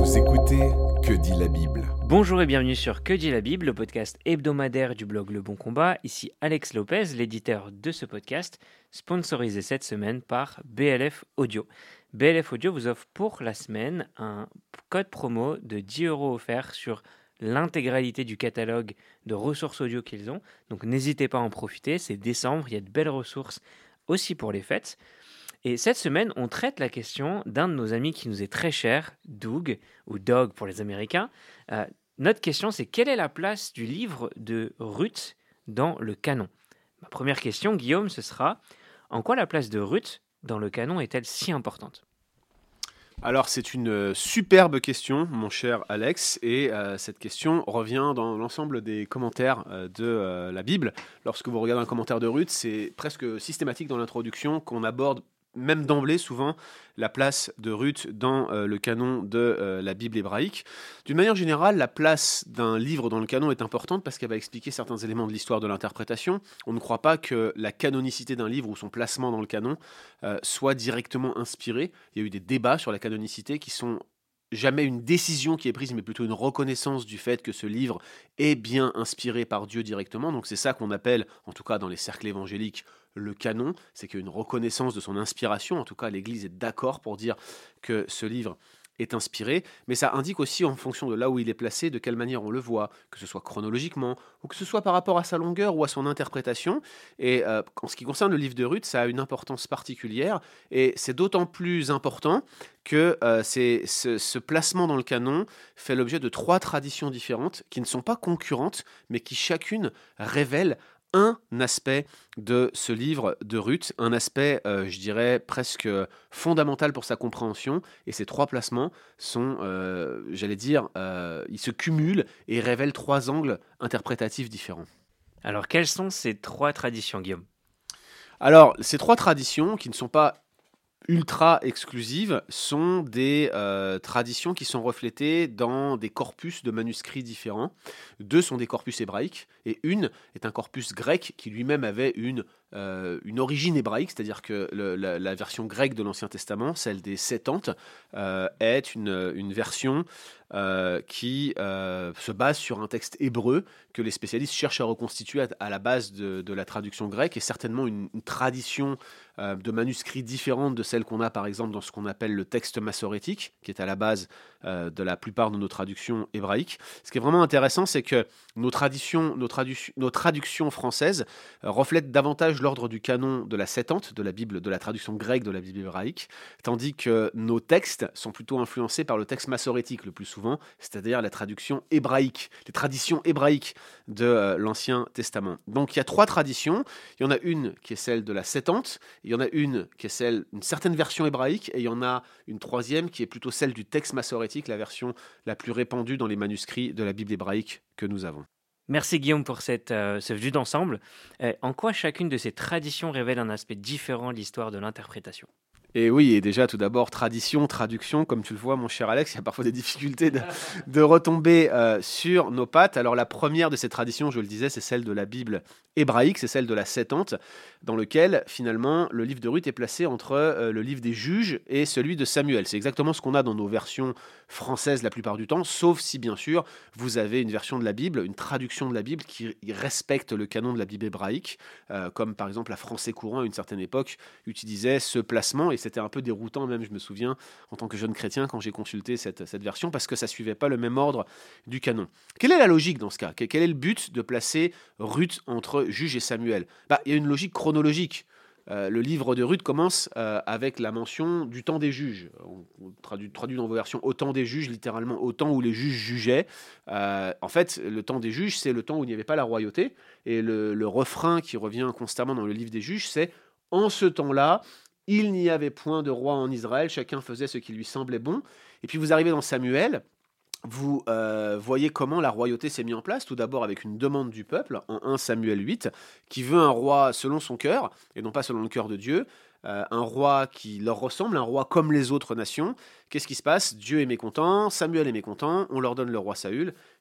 Vous écoutez Que dit la Bible ? Bonjour et bienvenue sur Que dit la Bible, le podcast hebdomadaire du blog Le Bon Combat. Ici Alex Lopez, l'éditeur de ce podcast, sponsorisé cette semaine par BLF Audio. BLF Audio vous offre pour la semaine un code promo de 10 € offert sur l'intégralité du catalogue de ressources audio qu'ils ont. Donc n'hésitez pas à en profiter, c'est décembre, il y a de belles ressources aussi pour les fêtes. Et cette semaine, on traite la question d'un de nos amis qui nous est très cher, Doug, ou Dog pour les Américains. Notre question, c'est quelle est la place du livre de Ruth dans le canon ? Ma première question, Guillaume, ce sera en quoi la place de Ruth dans le canon est-elle si importante ? Alors c'est une superbe question, mon cher Alex, et cette question revient dans l'ensemble des commentaires de la Bible. Lorsque vous regardez un commentaire de Ruth, c'est presque systématique dans l'introduction qu'on aborde même d'emblée souvent la place de Ruth dans le canon de la Bible hébraïque. D'une manière générale, la place d'un livre dans le canon est importante parce qu'elle va expliquer certains éléments de l'histoire de l'interprétation. On ne croit pas que la canonicité d'un livre ou son placement dans le canon soit directement inspiré. Il y a eu des débats sur la canonicité qui sont jamais une décision qui est prise, mais plutôt une reconnaissance du fait que ce livre est bien inspiré par Dieu directement. Donc c'est ça qu'on appelle, en tout cas dans les cercles évangéliques, le canon. C'est qu'il y a une reconnaissance de son inspiration. En tout cas, l'Église est d'accord pour dire que ce livre est inspiré, mais ça indique aussi en fonction de là où il est placé, de quelle manière on le voit, que ce soit chronologiquement, ou que ce soit par rapport à sa longueur ou à son interprétation. Et en ce qui concerne le livre de Ruth, ça a une importance particulière, et c'est d'autant plus important que ce placement dans le canon fait l'objet de 3 traditions différentes, qui ne sont pas concurrentes, mais qui chacune révèlent un aspect de ce livre de Ruth, un aspect, je dirais, presque fondamental pour sa compréhension. Et ces 3 placements sont, ils se cumulent et révèlent 3 angles interprétatifs différents. Alors, quelles sont ces 3 traditions, Guillaume ? Alors, ces 3 traditions, qui ne sont pas ultra exclusives, sont des traditions qui sont reflétées dans des corpus de manuscrits différents. 2 sont des corpus hébraïques et une est un corpus grec qui lui-même avait une origine hébraïque, c'est-à-dire que la version grecque de l'Ancien Testament, celle des Septante, est une version qui se base sur un texte hébreu que les spécialistes cherchent à reconstituer à la base de la traduction grecque, et certainement une tradition de manuscrits différente de celle qu'on a par exemple dans ce qu'on appelle le texte massorétique, qui est à la base de la plupart de nos traductions hébraïques. Ce qui est vraiment intéressant, c'est que nos traductions françaises reflètent davantage l'ordre du canon de la Septante, de la Bible, de la traduction grecque de la Bible hébraïque, tandis que nos textes sont plutôt influencés par le texte massorétique le plus souvent, c'est-à-dire la traduction hébraïque, les traditions hébraïques de l'Ancien Testament. Donc il y a 3 traditions. Il y en a une qui est celle de la Septante, il y en a une qui est celle d'une certaine version hébraïque, et il y en a une 3e qui est plutôt celle du texte massorétique, la version la plus répandue dans les manuscrits de la Bible hébraïque que nous avons. Merci Guillaume pour ce vue d'ensemble. En quoi chacune de ces traditions révèle un aspect différent de l'histoire de l'interprétation ? Et oui, et déjà tout d'abord, tradition, traduction, comme tu le vois mon cher Alex, il y a parfois des difficultés de retomber sur nos pattes. Alors la première de ces traditions, je le disais, c'est celle de la Bible hébraïque, c'est celle de la Septante, dans lequel finalement le livre de Ruth est placé entre le livre des Juges et celui de Samuel. C'est exactement ce qu'on a dans nos versions françaises la plupart du temps, sauf si bien sûr vous avez une version de la Bible, une traduction de la Bible qui respecte le canon de la Bible hébraïque, comme par exemple la Français courant à une certaine époque utilisait ce placement, et c'était un peu déroutant même, je me souviens, en tant que jeune chrétien, quand j'ai consulté cette version, parce que ça ne suivait pas le même ordre du canon. Quelle est la logique dans ce cas ? Quel est le but de placer Ruth entre Juges et Samuel ? Il y a une logique chronologique. Le livre de Ruth commence avec la mention du temps des juges. On traduit dans vos versions au temps des juges, littéralement au temps où les juges jugeaient. En fait, le temps des juges, c'est le temps où il n'y avait pas la royauté. Et le refrain qui revient constamment dans le livre des juges, c'est « En ce temps-là, il n'y avait point de roi en Israël, chacun faisait ce qui lui semblait bon. » Et puis vous arrivez dans Samuel, vous voyez comment la royauté s'est mise en place, tout d'abord avec une demande du peuple, en 1 Samuel 8, qui veut un roi selon son cœur, et non pas selon le cœur de Dieu, un roi qui leur ressemble, un roi comme les autres nations. Qu'est-ce qui se passe ? Dieu est mécontent, Samuel est mécontent, on leur donne le roi Saül,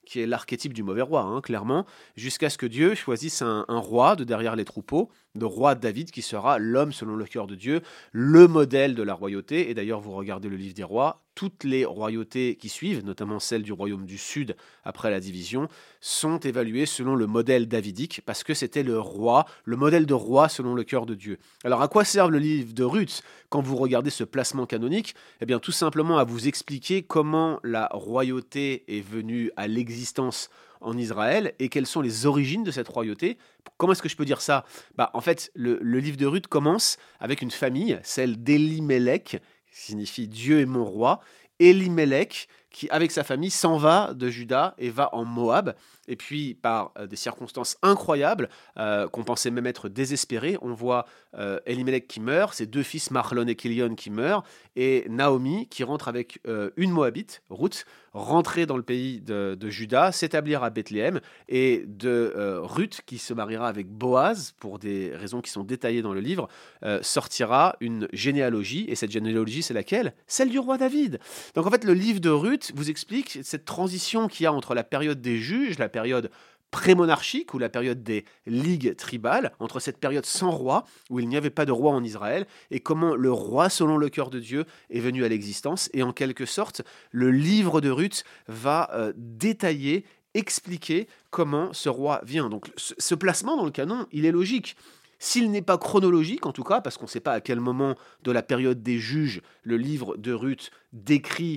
qui est l'archétype du mauvais roi, clairement, jusqu'à ce que Dieu choisisse un roi de derrière les troupeaux, le roi David, qui sera l'homme selon le cœur de Dieu, le modèle de la royauté. Et d'ailleurs, vous regardez le livre des rois, toutes les royautés qui suivent, notamment celle du royaume du Sud après la division, sont évaluées selon le modèle davidique, parce que c'était le roi, le modèle de roi selon le cœur de Dieu. Alors à quoi sert le livre de Ruth quand vous regardez ce placement canonique? Eh bien tout simplement à vous expliquer comment la royauté est venue à l'existence en Israël et quelles sont les origines de cette royauté. Comment est-ce que je peux dire ça? En fait, le livre de Ruth commence avec une famille, celle d'Elimelech, qui signifie Dieu est mon roi. Elimelech, qui avec sa famille s'en va de Juda et va en Moab. Et puis par des circonstances incroyables, qu'on pensait même être désespérées, on voit Elimelech qui meurt, ses 2 fils Mahlon et Kilion qui meurent, et Naomi qui rentre avec une Moabite, Ruth, rentrer dans le pays de Juda, s'établir à Bethléem, et de Ruth qui se mariera avec Boaz, pour des raisons qui sont détaillées dans le livre, sortira une généalogie, et cette généalogie c'est laquelle? Celle du roi David. Donc en fait le livre de Ruth vous explique cette transition qu'il y a entre la période des juges, la période pré-monarchique ou la période des ligues tribales, entre cette période sans roi, où il n'y avait pas de roi en Israël, et comment le roi selon le cœur de Dieu est venu à l'existence. Et en quelque sorte, le livre de Ruth va détailler, expliquer comment ce roi vient. Donc ce placement dans le canon, il est logique. S'il n'est pas chronologique, en tout cas, parce qu'on ne sait pas à quel moment de la période des juges le livre de Ruth décrit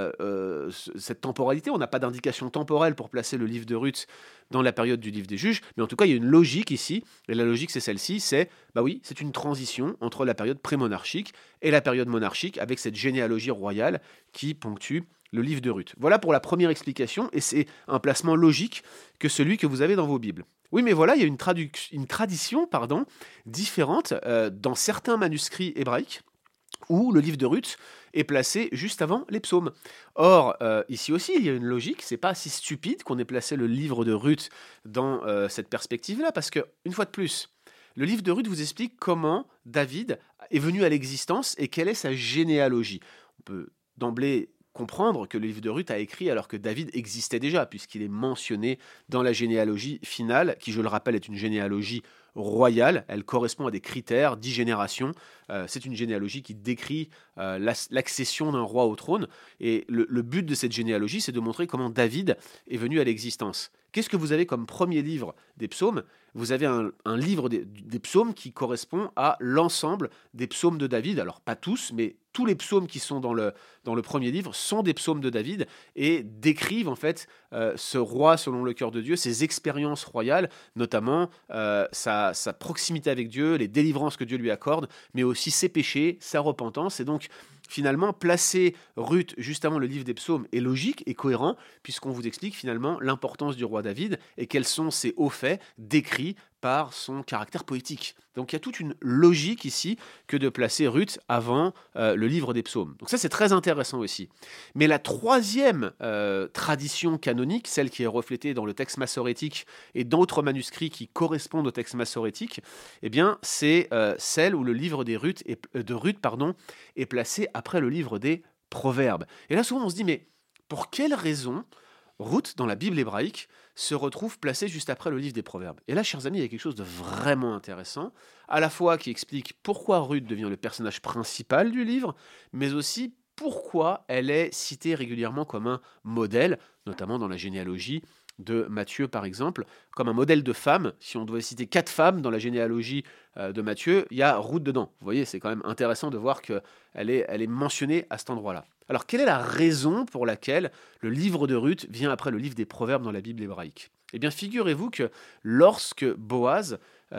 cette temporalité, on n'a pas d'indication temporelle pour placer le livre de Ruth dans la période du livre des juges, mais en tout cas, il y a une logique ici, et la logique, c'est celle-ci, c'est une transition entre la période pré-monarchique et la période monarchique, avec cette généalogie royale qui ponctue le livre de Ruth. Voilà pour la première explication, et c'est un placement logique que celui que vous avez dans vos Bibles. Oui, mais voilà, il y a une tradition différente dans certains manuscrits hébraïques où le livre de Ruth est placé juste avant les psaumes. Or, ici aussi, il y a une logique, c'est pas si stupide qu'on ait placé le livre de Ruth dans cette perspective-là, parce que, une fois de plus, le livre de Ruth vous explique comment David est venu à l'existence et quelle est sa généalogie. On peut d'emblée comprendre que le livre de Ruth a écrit alors que David existait déjà, puisqu'il est mentionné dans la généalogie finale, qui, je le rappelle, est une généalogie royale. Elle correspond à des critères, 10 générations. C'est une généalogie qui décrit l'accession d'un roi au trône. Et le but de cette généalogie, c'est de montrer comment David est venu à l'existence. Qu'est-ce que vous avez comme premier livre des psaumes? Vous avez un livre des psaumes qui correspond à l'ensemble des psaumes de David. Alors, pas tous, mais tous les psaumes qui sont dans le premier livre sont des psaumes de David et décrivent en fait ce roi selon le cœur de Dieu, ses expériences royales, notamment sa proximité avec Dieu, les délivrances que Dieu lui accorde, mais aussi ses péchés, sa repentance. Et donc, finalement, placer Ruth juste avant le livre des psaumes est logique et cohérent, puisqu'on vous explique finalement l'importance du roi David et quels sont ses hauts faits décrits par son caractère poétique. Donc il y a toute une logique ici que de placer Ruth avant le livre des psaumes. Donc ça c'est très intéressant aussi. Mais la troisième tradition canonique, celle qui est reflétée dans le texte massorétique et d'autres manuscrits qui correspondent au texte massorétique, eh bien c'est celle où le livre de Ruth est placé après le livre des Proverbes. Et là souvent on se dit mais pour quelle raison Ruth, dans la Bible hébraïque, se retrouve placée juste après le livre des Proverbes. Et là, chers amis, il y a quelque chose de vraiment intéressant, à la fois qui explique pourquoi Ruth devient le personnage principal du livre, mais aussi pourquoi elle est citée régulièrement comme un modèle, notamment dans la généalogie de Matthieu, par exemple, comme un modèle de femme. Si on devait citer 4 femmes dans la généalogie de Matthieu, il y a Ruth dedans. Vous voyez, c'est quand même intéressant de voir qu'elle est mentionnée à cet endroit-là. Alors, quelle est la raison pour laquelle le livre de Ruth vient après le livre des Proverbes dans la Bible hébraïque? Eh bien, figurez-vous que lorsque Boaz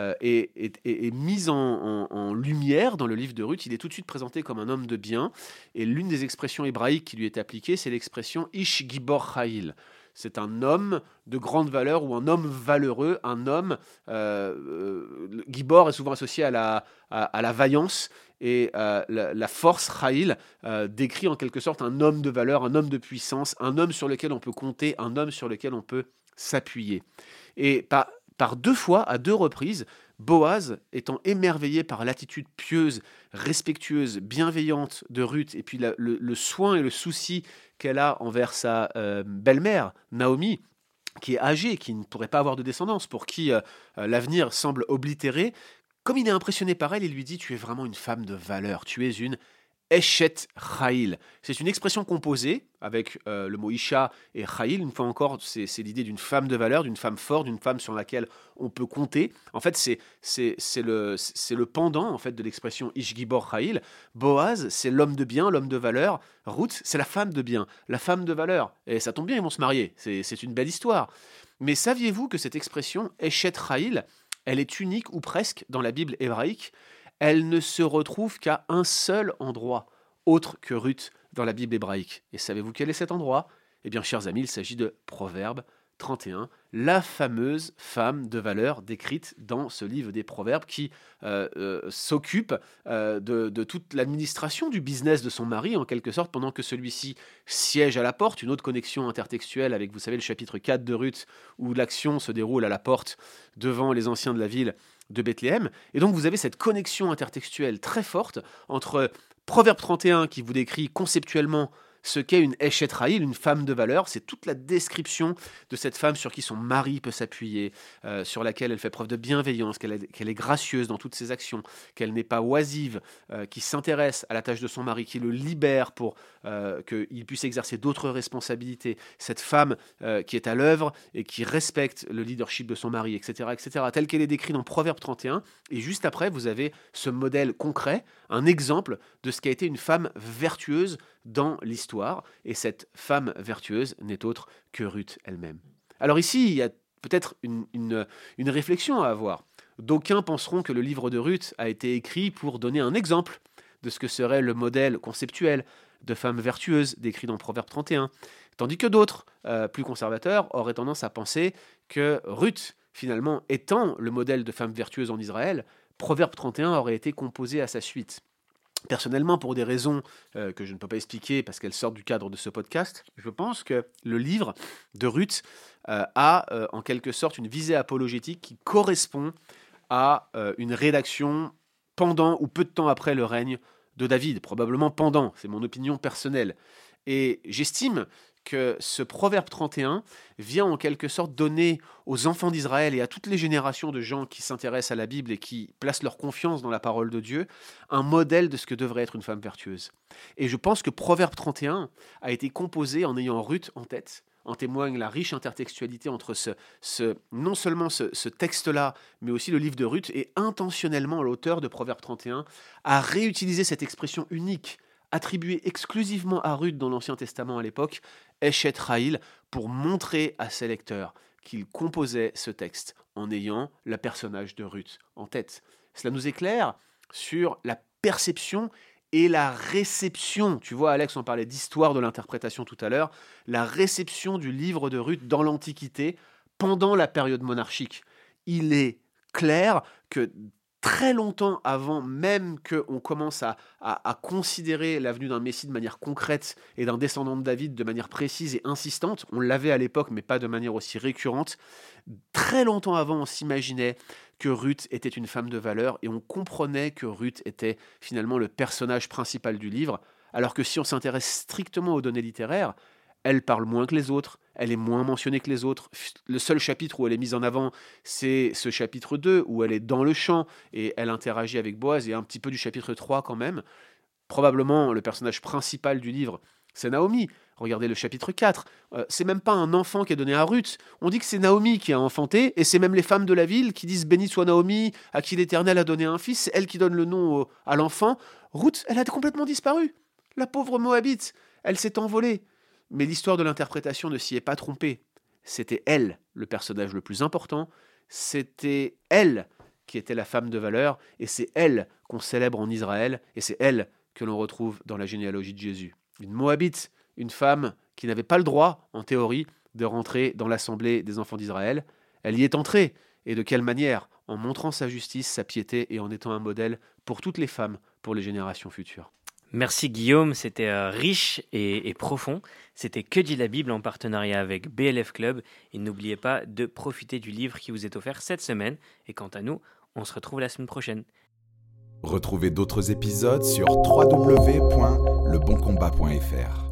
est mis en lumière dans le livre de Ruth, il est tout de suite présenté comme un homme de bien. Et l'une des expressions hébraïques qui lui est appliquée, c'est l'expression « Ish Gibor Chayil ». C'est un homme de grande valeur ou un homme valeureux, un homme... Gibor est souvent associé à la vaillance et la force, Chayil, décrit en quelque sorte un homme de valeur, un homme de puissance, un homme sur lequel on peut compter, un homme sur lequel on peut s'appuyer. Et par 2 fois, à 2 reprises, Boaz, étant émerveillé par l'attitude pieuse, respectueuse, bienveillante de Ruth, et puis le soin et le souci qu'elle a envers sa belle-mère, Naomi, qui est âgé, qui ne pourrait pas avoir de descendance, pour qui l'avenir semble oblitéré, comme il est impressionné par elle, il lui dit « Tu es vraiment une femme de valeur, tu es une Eshet Chayil ». C'est une expression composée avec le mot Isha et Chayil. Une fois encore, c'est l'idée d'une femme de valeur, d'une femme forte, d'une femme sur laquelle on peut compter. En fait, c'est le pendant en fait, de l'expression Ish Gibor Chayil. Boaz, c'est l'homme de bien, l'homme de valeur. Ruth, c'est la femme de bien, la femme de valeur. Et ça tombe bien, ils vont se marier. C'est une belle histoire. Mais saviez-vous que cette expression Eshet Chayil, elle est unique ou presque dans la Bible hébraïque? Elle ne se retrouve qu'à un seul endroit, autre que Ruth dans la Bible hébraïque. Et savez-vous quel est cet endroit? Eh bien, chers amis, il s'agit de Proverbe 31, la fameuse femme de valeur décrite dans ce livre des Proverbes qui s'occupe de toute l'administration du business de son mari, en quelque sorte, pendant que celui-ci siège à la porte. Une autre connexion intertextuelle avec, vous savez, le chapitre 4 de Ruth, où l'action se déroule à la porte devant les anciens de la ville de Bethléem. Et donc, vous avez cette connexion intertextuelle très forte entre Proverbe 31 qui vous décrit conceptuellement ce qu'est une Eshet Chayil, une femme de valeur. C'est toute la description de cette femme sur qui son mari peut s'appuyer, sur laquelle elle fait preuve de bienveillance, qu'elle est gracieuse dans toutes ses actions, qu'elle n'est pas oisive, qui s'intéresse à la tâche de son mari, qui le libère pour qu'il puisse exercer d'autres responsabilités. Cette femme qui est à l'œuvre et qui respecte le leadership de son mari, etc., etc., telle qu'elle est décrite dans Proverbe 31. Et juste après, vous avez ce modèle concret, un exemple de ce qu'a été une femme vertueuse dans l'histoire, et cette femme vertueuse n'est autre que Ruth elle-même. Alors ici, il y a peut-être une réflexion à avoir. D'aucuns penseront que le livre de Ruth a été écrit pour donner un exemple de ce que serait le modèle conceptuel de femme vertueuse décrit dans Proverbe 31, tandis que d'autres, plus conservateurs, auraient tendance à penser que Ruth, finalement, étant le modèle de femme vertueuse en Israël, Proverbe 31 aurait été composé à sa suite. Personnellement, pour des raisons que je ne peux pas expliquer parce qu'elles sortent du cadre de ce podcast, je pense que le livre de Ruth a en quelque sorte une visée apologétique qui correspond à une rédaction pendant ou peu de temps après le règne de David, probablement pendant, c'est mon opinion personnelle. Et j'estime que ce Proverbe 31 vient en quelque sorte donner aux enfants d'Israël et à toutes les générations de gens qui s'intéressent à la Bible et qui placent leur confiance dans la parole de Dieu, un modèle de ce que devrait être une femme vertueuse. Et je pense que Proverbe 31 a été composé en ayant Ruth en tête. En témoigne la riche intertextualité entre non seulement ce texte-là, mais aussi le livre de Ruth, et intentionnellement l'auteur de Proverbe 31 a réutilisé cette expression unique attribué exclusivement à Ruth dans l'Ancien Testament à l'époque, Eshet Chayil, pour montrer à ses lecteurs qu'il composait ce texte en ayant le personnage de Ruth en tête. Cela nous éclaire sur la perception et la réception. Tu vois, Alex, on parlait d'histoire de l'interprétation tout à l'heure, la réception du livre de Ruth dans l'Antiquité pendant la période monarchique. Il est clair que très longtemps avant même qu'on commence à considérer la venue d'un Messie de manière concrète et d'un descendant de David de manière précise et insistante, on l'avait à l'époque mais pas de manière aussi récurrente, très longtemps avant on s'imaginait que Ruth était une femme de valeur et on comprenait que Ruth était finalement le personnage principal du livre, alors que si on s'intéresse strictement aux données littéraires, elle parle moins que les autres, elle est moins mentionnée que les autres. Le seul chapitre où elle est mise en avant, c'est ce chapitre 2, où elle est dans le champ et elle interagit avec Boaz, et un petit peu du chapitre 3 quand même. Probablement, le personnage principal du livre, c'est Naomi. Regardez le chapitre 4. C'est même pas un enfant qui est donné à Ruth. On dit que c'est Naomi qui a enfanté, et c'est même les femmes de la ville qui disent « Béni soit Naomi, à qui l'Éternel a donné un fils ». C'est elle qui donne le nom à l'enfant. Ruth, elle a complètement disparu. La pauvre Moabite, elle s'est envolée. Mais l'histoire de l'interprétation ne s'y est pas trompée. C'était elle, le personnage le plus important. C'était elle qui était la femme de valeur. Et c'est elle qu'on célèbre en Israël. Et c'est elle que l'on retrouve dans la généalogie de Jésus. Une Moabite, une femme qui n'avait pas le droit, en théorie, de rentrer dans l'assemblée des enfants d'Israël. Elle y est entrée. Et de quelle manière? En montrant sa justice, sa piété et en étant un modèle pour toutes les femmes, pour les générations futures. Merci Guillaume, c'était riche et profond. C'était Que dit la Bible en partenariat avec BLF Club. Et n'oubliez pas de profiter du livre qui vous est offert cette semaine. Et quant à nous, on se retrouve la semaine prochaine. Retrouvez d'autres épisodes sur www.leboncombat.fr.